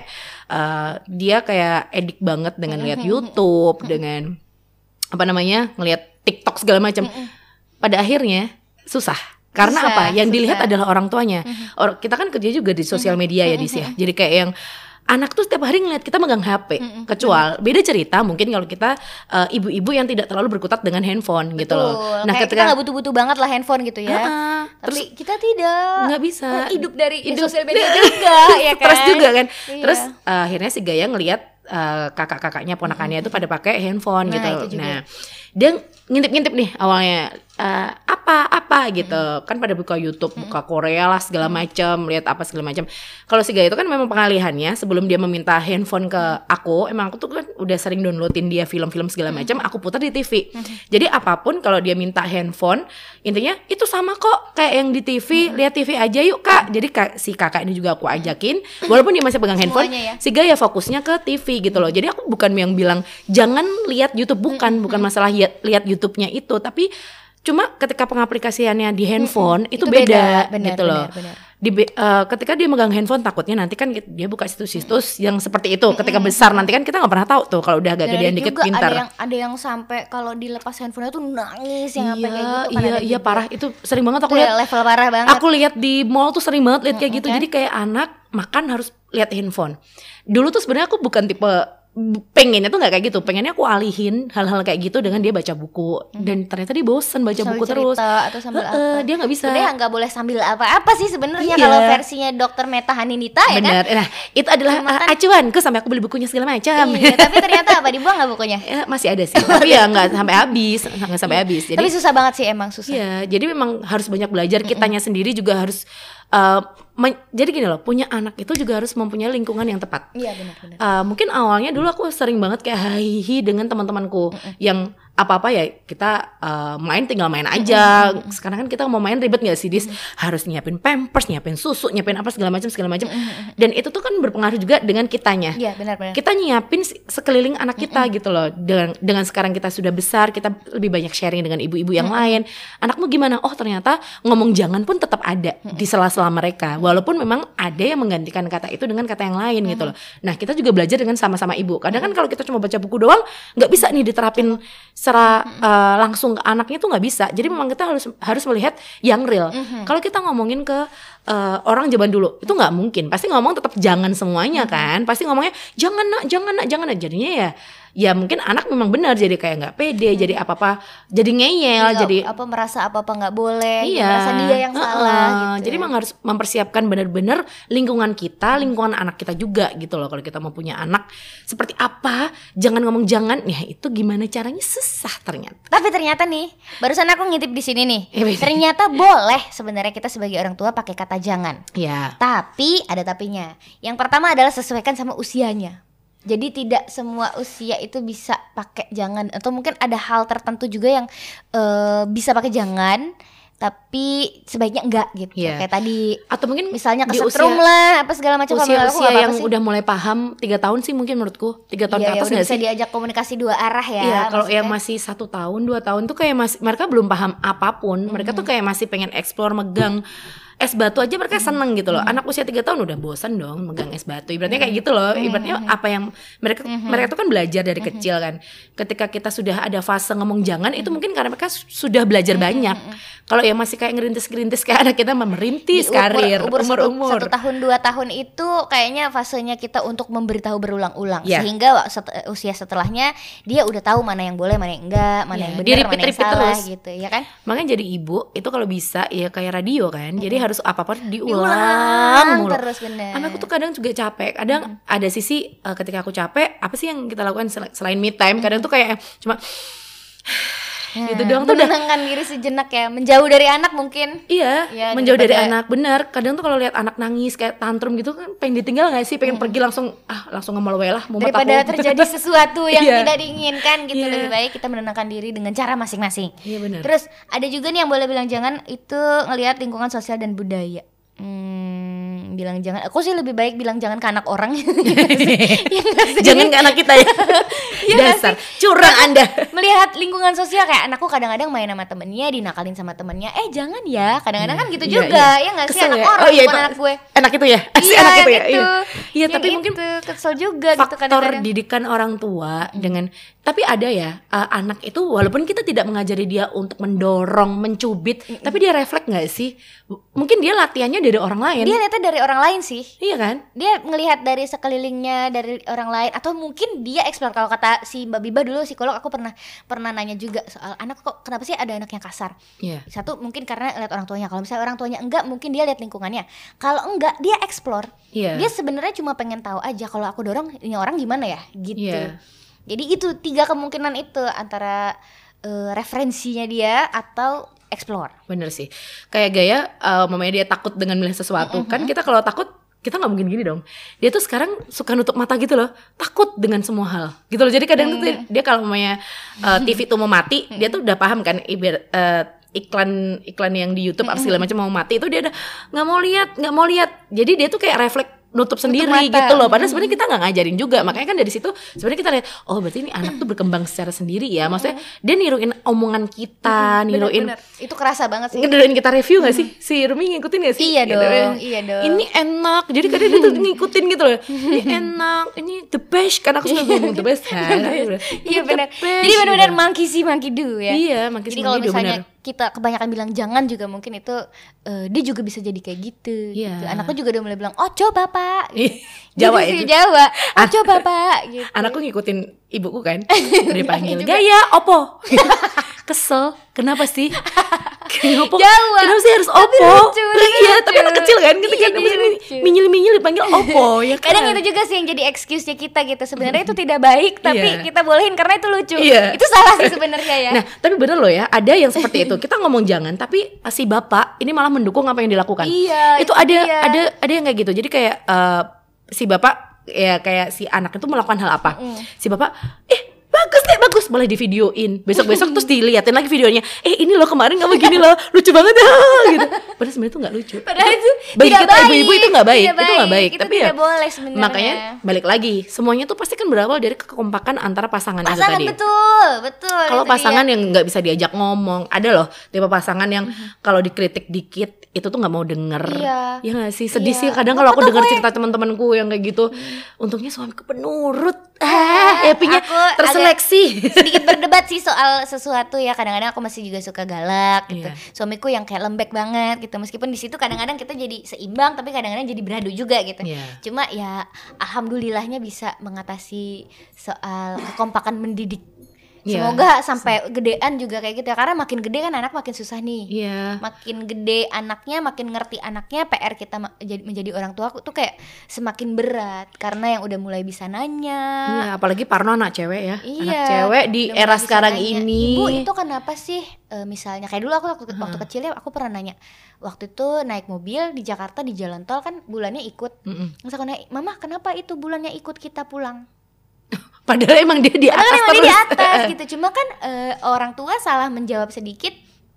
dia kayak edik banget dengan lihat YouTube, dengan apa namanya ngelihat TikTok segala macam. Pada akhirnya susah. Karena apa? Yang dilihat adalah orang tuanya. Kita kan kerja juga di sosial media ya Dis ya. Jadi kayak yang anak tuh setiap hari ngeliat kita megang HP. Kecuali beda cerita mungkin kalau kita ibu-ibu yang tidak terlalu berkutat dengan handphone. Betul. Gitu loh. Nah, kayak kita nggak butuh-butuh banget lah handphone gitu ya. Tapi terus kita tidak. Nggak bisa. Hidup dari sosial media juga ya kan. Terus juga kan. Terus akhirnya si Gaya ngeliat kakak-kakaknya ponakannya itu pada pakai handphone gitu. Nah, dia ngintip-ngintip nih awalnya apa gitu kan, pada buka YouTube, buka Korea lah segala macam, lihat apa segala macam. Kalau si Gaya itu kan memang pengalihannya sebelum dia meminta handphone ke aku, emang aku tuh kan udah sering downloadin dia film-film segala macam, aku putar di TV. Jadi apapun kalau dia minta handphone, intinya itu sama kok kayak yang di TV, lihat TV aja yuk kak. Jadi si kakak ini juga aku ajakin, walaupun dia masih pegang handphone, si Gaya fokusnya ke TV gitu loh. Jadi aku bukan yang bilang jangan lihat YouTube, bukan masalah lihat YouTube-nya itu, tapi cuma ketika pengaplikasiannya di handphone itu beda gitu loh. Ketika dia megang handphone takutnya nanti kan dia buka situs-situs yang seperti itu. Ketika besar nanti kan kita nggak pernah tahu tuh kalau udah agak gedean dikit pintar. Ada yang sampai kalau dilepas handphonenya tuh nangis yang kayak gitu. Iya parah, itu sering banget aku lihat. Level parah banget. Aku lihat di mall tuh sering banget lihat kayak gitu. Jadi kayak anak makan harus lihat handphone. Dulu tuh sebenarnya aku bukan tipe pengennya tuh nggak kayak gitu, pengennya aku alihin hal-hal kayak gitu dengan dia baca buku. Dan ternyata dia bosen baca buku terus atau sambil apa. Dia nggak bisa. Dia nggak boleh sambil apa-apa sih sebenarnya kalau versinya Dokter Meta Haninita ya kan. Nah itu adalah acuanku sampai aku beli bukunya segala macam. Tapi ternyata apa, dibuang nggak bukunya? Masih ada sih, tapi ya nggak sampai habis. Jadi, tapi susah banget sih, emang susah. Iya, jadi memang harus banyak belajar. Kitanya sendiri juga harus jadi gini loh, punya anak itu juga harus mempunyai lingkungan yang tepat. Iya benar. Mungkin awalnya dulu aku sering banget kayak hihi dengan teman-temanku yang apa-apa ya kita tinggal main aja. Sekarang kan kita mau main ribet nggak sih Dis? Harus nyiapin pampers, nyiapin susu, nyiapin apa segala macam. Dan itu tuh kan berpengaruh juga dengan kitanya. Iya benar. Kita nyiapin sekeliling anak kita gitu loh. Dengan sekarang kita sudah besar, kita lebih banyak sharing dengan ibu-ibu yang lain. Anakmu gimana? Oh ternyata ngomong jangan pun tetap ada di sela-sela mereka. Walaupun memang ada yang menggantikan kata itu dengan kata yang lain gitu loh. Nah kita juga belajar dengan sama-sama ibu. Kadang kan kalau kita cuma baca buku doang, nggak bisa nih diterapin secara langsung ke anaknya tuh nggak bisa. Jadi memang kita harus melihat yang real. Kalau kita ngomongin ke orang zaman dulu itu nggak mungkin. Pasti ngomong tetap jangan semuanya kan. Pasti ngomongnya jangan nak. Jadinya ya mungkin anak memang benar jadi kayak nggak pede, jadi apa-apa jadi ngeyel, jadi merasa apa-apa nggak boleh, iya, merasa dia yang salah gitu. Jadi memang harus mempersiapkan benar-benar lingkungan kita, lingkungan anak kita juga gitu loh. Kalau kita mau punya anak seperti apa, jangan ngomong jangan, ya itu gimana caranya susah ternyata. Tapi ternyata nih, barusan aku ngintip di sini nih, ternyata boleh sebenarnya kita sebagai orang tua pakai kata jangan. Iya. Tapi ada tapinya. Yang pertama adalah sesuaikan sama usianya. Jadi tidak semua usia itu bisa pakai jangan, atau mungkin ada hal tertentu juga yang bisa pakai jangan, tapi sebaiknya enggak gitu. Kayak tadi, atau mungkin misalnya kesetrum lah apa segala macam. Usia yang udah mulai paham 3 tahun sih mungkin menurutku 3 tahun ke atas udah bisa diajak komunikasi 2 arah ya. Iya, kalau yang masih 1 tahun 2 tahun tuh kayak masih, mereka belum paham apapun. Mereka tuh kayak masih pengen explore, megang es batu aja mereka seneng gitu loh. Anak usia 3 tahun udah bosan dong megang es batu. Ibaratnya kayak gitu loh. Ibaratnya apa yang mereka tuh kan belajar dari kecil kan. Ketika kita sudah ada fase ngomong jangan, itu mungkin karena mereka sudah belajar banyak. Kalau yang masih kayak ngerintis-ngerintis kayak anak kita merintis karir umur 1 tahun 2 tahun itu kayaknya fasenya kita untuk memberitahu berulang-ulang, sehingga usia setelahnya dia udah tahu mana yang boleh, mana yang enggak, mana yang benar, mana yang salah terus. Gitu ya kan. Makanya jadi ibu itu kalau bisa ya kayak radio kan. Jadi harus apa-apa diulang mulu. Terus bener. Anakku tuh kadang juga capek. Kadang ada sisi ketika aku capek, apa sih yang kita lakukan selain me time? Kadang tuh kayak cuma gitu doang tuh udah menenangkan diri sejenak ya, menjauh dari anak mungkin. Iya, menjauh dari anak, benar. Kadang tuh kalau lihat anak nangis kayak tantrum gitu kan pengen ditinggal nggak sih, pengen pergi langsung ngemol lah mumet daripada aku. terjadi sesuatu yang tidak diinginkan gitu. Lebih baik kita menenangkan diri dengan cara masing-masing. Iya benar. Terus ada juga nih yang boleh bilang jangan itu ngelihat lingkungan sosial dan budaya. Bilang jangan, aku sih lebih baik bilang jangan ke anak orang. Jangan ke anak kita ya. Dasar curang Anda. Melihat lingkungan sosial kayak anakku kadang-kadang main sama temennya, dinakalin sama temennya. Jangan ya, kadang-kadang kan gitu juga. Ya nggak sih, anak orang bukan anak gue. Enak itu ya. Anak itu ya. Iya, tapi mungkin kesel juga faktor gitu kadang-kadang. didikan orang tua dengan, tapi ada ya anak itu walaupun kita tidak mengajari dia untuk mendorong, mencubit, tapi dia refleks nggak sih? Mungkin dia latihannya dari orang lain. Dia lihatnya dari orang lain sih. Iya kan? Dia ngelihat dari sekelilingnya, dari orang lain, atau mungkin dia explore. Kalau kata si Mbak Biba dulu psikolog, aku pernah nanya juga soal anak kok kenapa sih ada anak yang kasar. Satu mungkin karena lihat orang tuanya. Kalau misalnya orang tuanya enggak, mungkin dia lihat lingkungannya. Kalau enggak, dia explore. Dia sebenarnya cuma pengen tahu aja kalau aku dorong ini orang gimana ya gitu. Jadi itu 3 kemungkinan itu, antara referensinya dia atau explore. Bener sih. Kayak gaya mamanya dia takut dengan melihat sesuatu. Kan kita kalau takut, kita gak mungkin gini dong. Dia tuh sekarang suka nutup mata gitu loh. Takut dengan semua hal gitu loh. Jadi kadang tuh dia kalau mamanya TV tuh mau mati, dia tuh udah paham kan iklan yang di YouTube apa segala macam mau mati itu dia udah nggak mau lihat. Jadi dia tuh kayak refleks nutup sendiri gitu loh. Padahal sebenarnya kita nggak ngajarin juga. Makanya kan dari situ sebenarnya kita lihat, oh berarti ini anak tuh berkembang secara sendiri ya. Maksudnya dia niruin omongan kita, niruin. Bener. Itu kerasa banget sih. Niruin kita review nggak sih? Si Rumi ngikutin nggak sih? Iya dong. Ini enak. Jadi kadang dia tuh ngikutin gitu loh. Ini enak. Ini the best. Karena aku suka ngomong the best kan. Iya benar. Jadi benar-benar monkey see monkey do ya. Iya, monkey see monkey do. Jadi kalau misalnya kita kebanyakan bilang jangan juga mungkin itu dia juga bisa jadi kayak gitu. Anakku juga udah mulai bilang coba pak. Jawa itu Jawa. Coba pak. Gitu. Anakku ngikutin ibuku kan. Udah dipanggil Gaya opo. Kesel. Kenapa sih? Jawa. Kenapa sih harus opo? Iya, tapi anak kecil kan ketika minyil-minyil dipanggil opo ya kan. Kadang itu juga sih yang jadi excuse-nya kita gitu. Sebenarnya itu tidak baik, tapi kita bolehin karena itu lucu. Itu salah sih sebenarnya ya. Nah, tapi bener loh ya, ada yang seperti itu. Kita ngomong jangan, tapi si bapak ini malah mendukung apa yang dilakukan. Itu ada yang kayak gitu. Jadi kayak si bapak ya kayak si anak itu melakukan hal apa? Si bapak bagus boleh di videoin besok terus dilihatin lagi videonya ini loh kemarin kamu gini loh lucu banget gitu. Padahal sebenarnya itu nggak lucu. Padahal itu bagi kita baik. Ibu-ibu itu nggak baik. Itu nggak baik. Itu tapi tidak boleh sebenarnya. Makanya balik lagi semuanya tuh pasti kan berawal dari kekompakan antara pasangan itu tadi. Betul. Kalau pasangan yang nggak bisa diajak ngomong, ada loh tipe pasangan yang kalau dikritik dikit itu tuh nggak mau denger. Ya nggak sih, sedih sih kadang kalau aku dengar cerita teman-temanku yang kayak gitu. Untungnya suamiku penurut. Happy-nya tersenang seleksi. Sedikit berdebat sih soal sesuatu ya. Kadang-kadang aku masih juga suka galak gitu. Suamiku yang kayak lembek banget gitu. Meskipun di situ kadang-kadang kita jadi seimbang, tapi kadang-kadang jadi beradu juga gitu. Cuma ya alhamdulillahnya bisa mengatasi soal kekompakan mendidik. Semoga sampai gedean juga kayak gitu ya. Karena makin gede kan anak makin susah nih. Makin gede anaknya, makin ngerti anaknya, PR kita menjadi orang tua tuh kayak semakin berat. Karena yang udah mulai bisa nanya. Apalagi Parno anak cewek ya. Anak cewek di era sekarang ini. Ibu itu kenapa sih misalnya kayak dulu aku waktu kecil ya, aku pernah nanya. Waktu itu naik mobil di Jakarta di jalan tol kan bulannya ikut. Terus aku nanya, "Mama, kenapa itu bulannya ikut kita pulang?" Padahal emang dia di atas terus. Dia di atas gitu. Cuma kan orang tua salah menjawab sedikit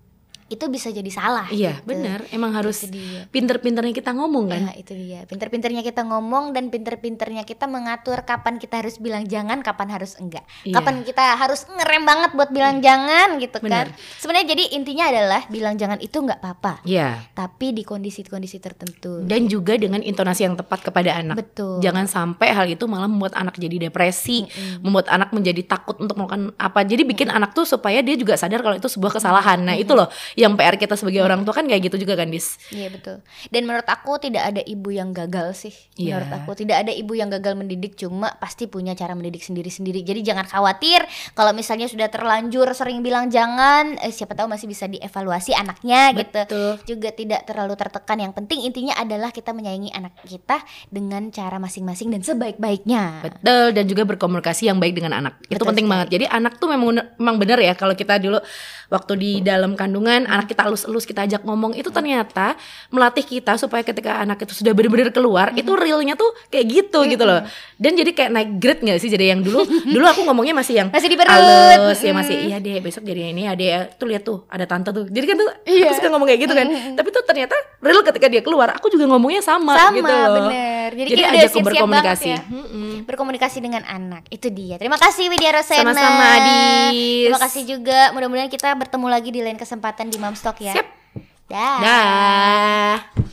itu bisa jadi salah. Iya gitu. Benar, emang harus pinter-pinternya kita ngomong kan. Nah itu dia, pinter-pinternya kita ngomong dan pinter-pinternya kita mengatur kapan kita harus bilang jangan, kapan harus enggak. Kapan kita harus ngerem banget buat bilang jangan gitu kan. Sebenarnya jadi intinya adalah bilang jangan itu enggak apa-apa. Tapi di kondisi-kondisi tertentu. Dan juga dengan intonasi yang tepat kepada anak. Betul. Jangan sampai hal itu malah membuat anak jadi depresi, membuat anak menjadi takut untuk melakukan apa. Jadi bikin anak tuh supaya dia juga sadar kalau itu sebuah kesalahan. Nah itu loh yang PR kita sebagai orang tua kan kayak gitu juga kan, Dis. Iya betul. Dan menurut aku tidak ada ibu yang gagal sih. Menurut aku tidak ada ibu yang gagal mendidik, cuma pasti punya cara mendidik sendiri-sendiri. Jadi jangan khawatir kalau misalnya sudah terlanjur sering bilang jangan, siapa tahu masih bisa dievaluasi anaknya gitu. Juga tidak terlalu tertekan. Yang penting intinya adalah kita menyayangi anak kita dengan cara masing-masing dan sebaik-baiknya. Betul, dan juga berkomunikasi yang baik dengan anak. Itu penting banget. Jadi anak tuh memang benar ya, kalau kita dulu waktu di dalam kandungan anak kita elus-elus, kita ajak ngomong, itu ternyata melatih kita supaya ketika anak itu sudah benar-benar keluar, itu realnya tuh kayak gitu gitu loh. Dan jadi kayak naik grade nggak sih? Jadi yang dulu aku ngomongnya masih yang masih diperut, halus ya, masih iya deh besok jadi ini ya deh, tuh lihat tuh ada tante tuh. Jadi kan tuh aku suka ngomong kayak gitu kan. Tapi tuh ternyata real ketika dia keluar, aku juga ngomongnya sama gitu loh. Bener. Jadi kita udah ajak siap-siap berkomunikasi ya. Berkomunikasi dengan anak, itu dia. Terima kasih Widya Rosena. Sama-sama Adis. Terima kasih juga. Mudah-mudahan kita bertemu lagi di lain kesempatan di Momstock ya. Siap. Dah.